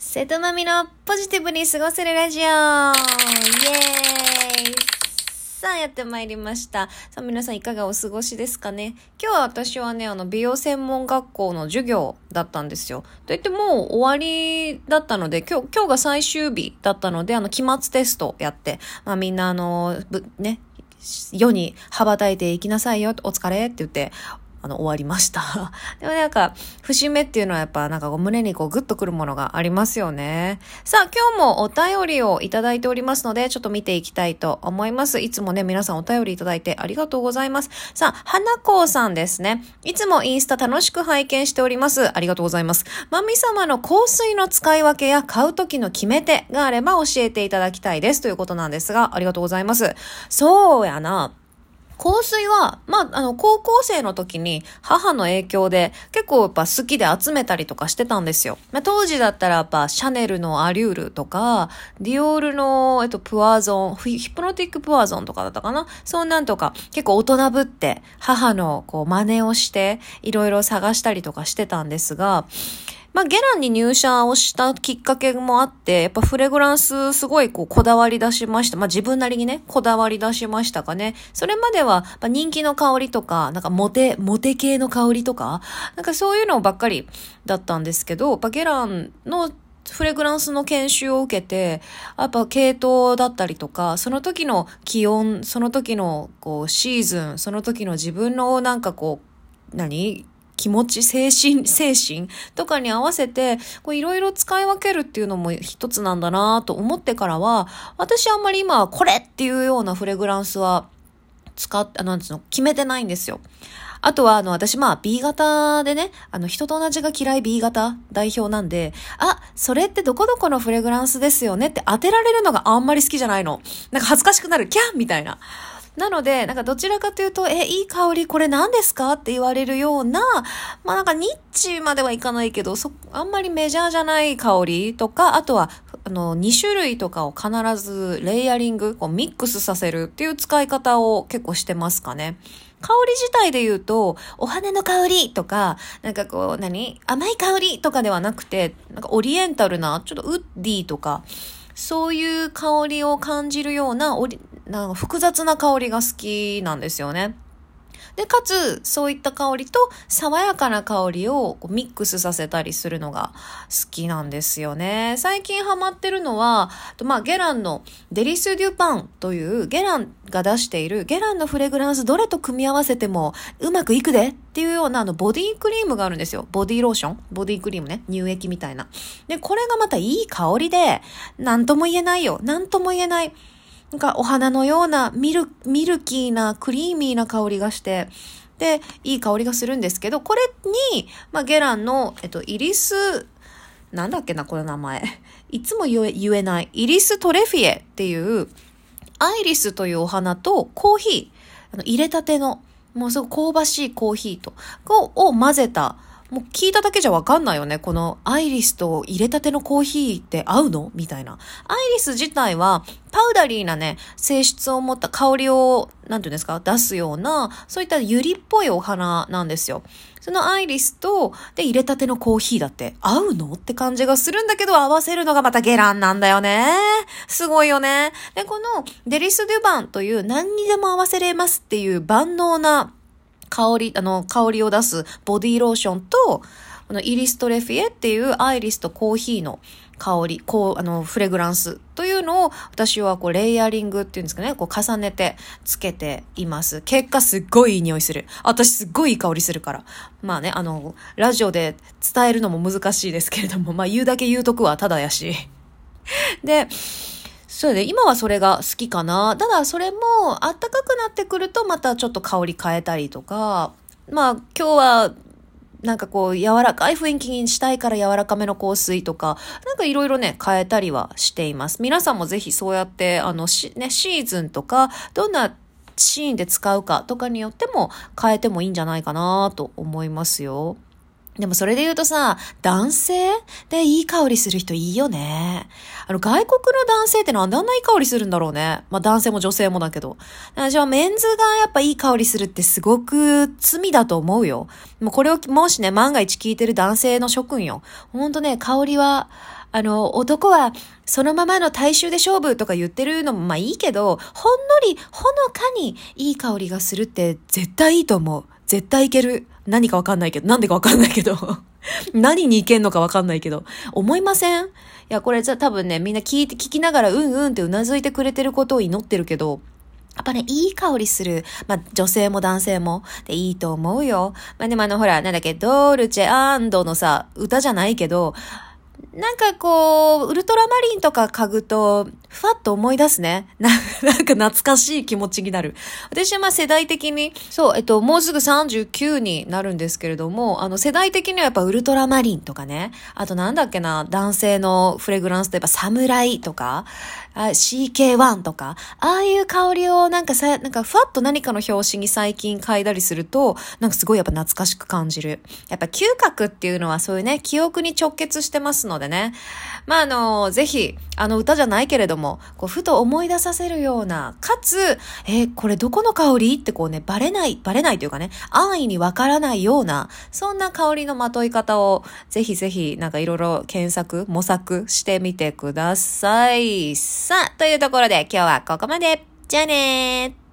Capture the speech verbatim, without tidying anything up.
瀬戸まみのポジティブに過ごせるラジオイエーイ。さあやってまいりました。さあ皆さんいかがお過ごしですかね。今日は私はね、あの美容専門学校の授業だったんですよ。といってもう終わりだったので、今日、今日が最終日だったので、あの期末テストやって、まあみんなあの、ぶね、世に羽ばたいていきなさいよ、お疲れって言って、あの、終わりました。でもなんか、節目っていうのはやっぱなんかこう胸にこうグッとくるものがありますよね。さあ、今日もお便りをいただいておりますので、ちょっと見ていきたいと思います。いつもね、皆さんお便りいただいてありがとうございます。さあ、花子さんですね。いつもインスタ楽しく拝見しております。ありがとうございます。まみ様の香水の使い分けや買う時の決め手があれば教えていただきたいですということなんですが、ありがとうございます。そうやな。香水は、まあ、あの、高校生の時に母の影響で結構やっぱ好きで集めたりとかしてたんですよ。まあ、当時だったらやっぱシャネルのアリュールとか、ディオールの、えっと、プアゾン、ヒプノティックプアゾンとかだったかな。そうなんとか結構大人ぶって母のこう真似をしていろいろ探したりとかしてたんですが、まあ、ゲランに入社をしたきっかけもあって、やっぱフレグランスすごいこうこだわり出しました。まあ、自分なりにね、こだわり出しましたかね。それまでは、まあ、人気の香りとか、なんかモテ、モテ系の香りとか、なんかそういうのばっかりだったんですけど、やっぱゲランのフレグランスの研修を受けて、やっぱ系統だったりとか、その時の気温、その時のこうシーズン、その時の自分のなんかこう、何気持ち、精神、精神とかに合わせて、こういろいろ使い分けるっていうのも一つなんだなと思ってからは、私あんまり今はこれっていうようなフレグランスは使って、なんつうの、決めてないんですよ。あとは、あの、私、まあ、B 型でね、あの、人と同じが嫌い B 型代表なんで、あ、それってどこどこのフレグランスですよねって当てられるのがあんまり好きじゃないの。なんか恥ずかしくなる、キャンみたいな。なので、なんかどちらかというと、え、いい香り、これ何ですかって言われるような、まあなんかニッチまではいかないけど、そ、あんまりメジャーじゃない香りとか、あとは、あの、に種類とかを必ずレイヤリング、こうミックスさせるっていう使い方を結構してますかね。香り自体で言うと、お花の香りとか、なんかこう、何甘い香りとかではなくて、なんかオリエンタルな、ちょっとウッディとか、そういう香りを感じるような、オリなんか複雑な香りが好きなんですよね。で、かつ、そういった香りと爽やかな香りをこうミックスさせたりするのが好きなんですよね。最近ハマってるのは、まあ、ゲランのデリス・デュ・パンというゲランが出しているゲランのフレグランスどれと組み合わせてもうまくいくでっていうようなあのボディクリームがあるんですよ。ボディローションボディクリームね。乳液みたいな。で、これがまたいい香りで、なんとも言えないよ。なんとも言えない。なんかお花のようなミル、ミルキーなクリーミーな香りがして、で、いい香りがするんですけど、これに、まあ、ゲランの、えっと、イリス、なんだっけな、この名前。いつも言え、言えない。イリストレフィエっていう、アイリスというお花とコーヒー、あの入れたての、もうすごく香ばしいコーヒーと、を混ぜた、もう聞いただけじゃわかんないよね。このアイリスと入れたてのコーヒーって合うのみたいな。アイリス自体はパウダリーなね、性質を持った香りを、なんていうんですか、出すような、そういったユリっぽいお花なんですよ。そのアイリスと、で、入れたてのコーヒーだって合うのって感じがするんだけど、合わせるのがまたゲランなんだよね。すごいよね。で、このデリス・デュバンという何にでも合わせれますっていう万能な香り、あの、香りを出すボディローションと、このイリストレフィエっていうアイリスとコーヒーの香り、こう、あの、フレグランスというのを私はこう、レイヤリングっていうんですかね、こう、重ねてつけています。結果すっごいいい匂いする。私すっごいいい香りするから。まあね、あの、ラジオで伝えるのも難しいですけれども、まあ言うだけ言うとくはただやし。で、そうで、今はそれが好きかな。ただそれも暖かくなってくるとまたちょっと香り変えたりとか、まあ今日はなんかこう柔らかい雰囲気にしたいから柔らかめの香水とか、なんかいろいろね変えたりはしています。皆さんもぜひそうやってあのし、ね、シーズンとかどんなシーンで使うかとかによっても変えてもいいんじゃないかなと思いますよ。 でもそれで言うとさ、男性でいい香りする人いいよね。あの、外国の男性ってなんであんないい香りするんだろうね。まあ男性も女性もだけど。じゃあメンズがやっぱいい香りするってすごく罪だと思うよ。もうこれをもしね、万が一聞いてる男性の諸君よ。ほんとね、香りは、あの、男はそのままの大衆で勝負とか言ってるのもまあいいけど、ほんのり、ほのかにいい香りがするって絶対いいと思う。絶対いける。何かわかんないけど、なんでかわかんないけど。何にいけんのかわかんないけど。思いません？いや、これじゃ多分ね、みんな聞いて、聞きながらうんうんってうなずいてくれてることを祈ってるけど、やっぱね、いい香りする。まあ、女性も男性も。で、いいと思うよ。まあ、でもあの、ほら、なんだっけ、ドルチェ&のさ、歌じゃないけど、なんかこう、ウルトラマリンとか嗅ぐと、ふわっと思い出すね。な、なんか懐かしい気持ちになる。私はまあ世代的に、そう、えっと、もうすぐさんじゅうきゅうになるんですけれども、あの、世代的にはやっぱウルトラマリンとかね、あとなんだっけな、男性のフレグランスといえばサムライとか、シーケーワン とか、ああいう香りをなんかさ、なんかふわっと何かの表紙に最近嗅いだりすると、なんかすごいやっぱ懐かしく感じる。やっぱ嗅覚っていうのはそういうね、記憶に直結してますのでね。まあ、あの、ぜひ、あの歌じゃないけれども、こう、ふと思い出させるような、かつ、えー、これどこの香りってこうね、バレない、バレないというかね、安易にわからないような、そんな香りのまとい方を、ぜひぜひ、なんかいろいろ検索、模索してみてください。さあ、というところで今日はここまで。じゃあねー。